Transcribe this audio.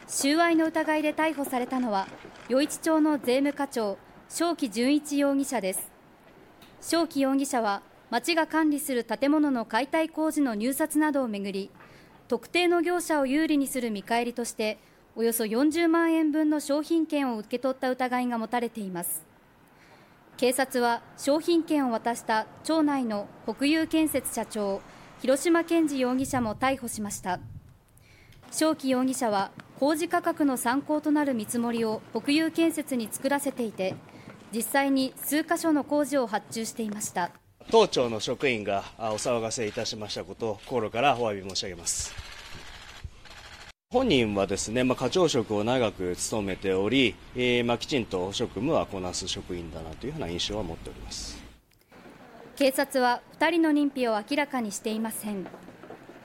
収賄の疑いで逮捕されたのは余市町の税務課長正木純一容疑者です。正木容疑者は町が管理する建物の解体工事の入札などをめぐり、特定の業者を有利にする見返りとしておよそ40万円分の商品券を受け取った疑いが持たれています。警察は商品券を渡した町内の北友建設社長広島健二容疑者も逮捕しました。正木容疑者は工事価格の参考となる見積もりを北友建設に作らせていて、実際に数カ所の工事を発注していました。 当庁の職員がお騒がせいたしましたことを心からお詫び申し上げます。本人はですね、課長職を長く務めており、きちんと職務はこなす職員だなというふうな印象は持っております。 警察は2人の認否を明らかにしていません。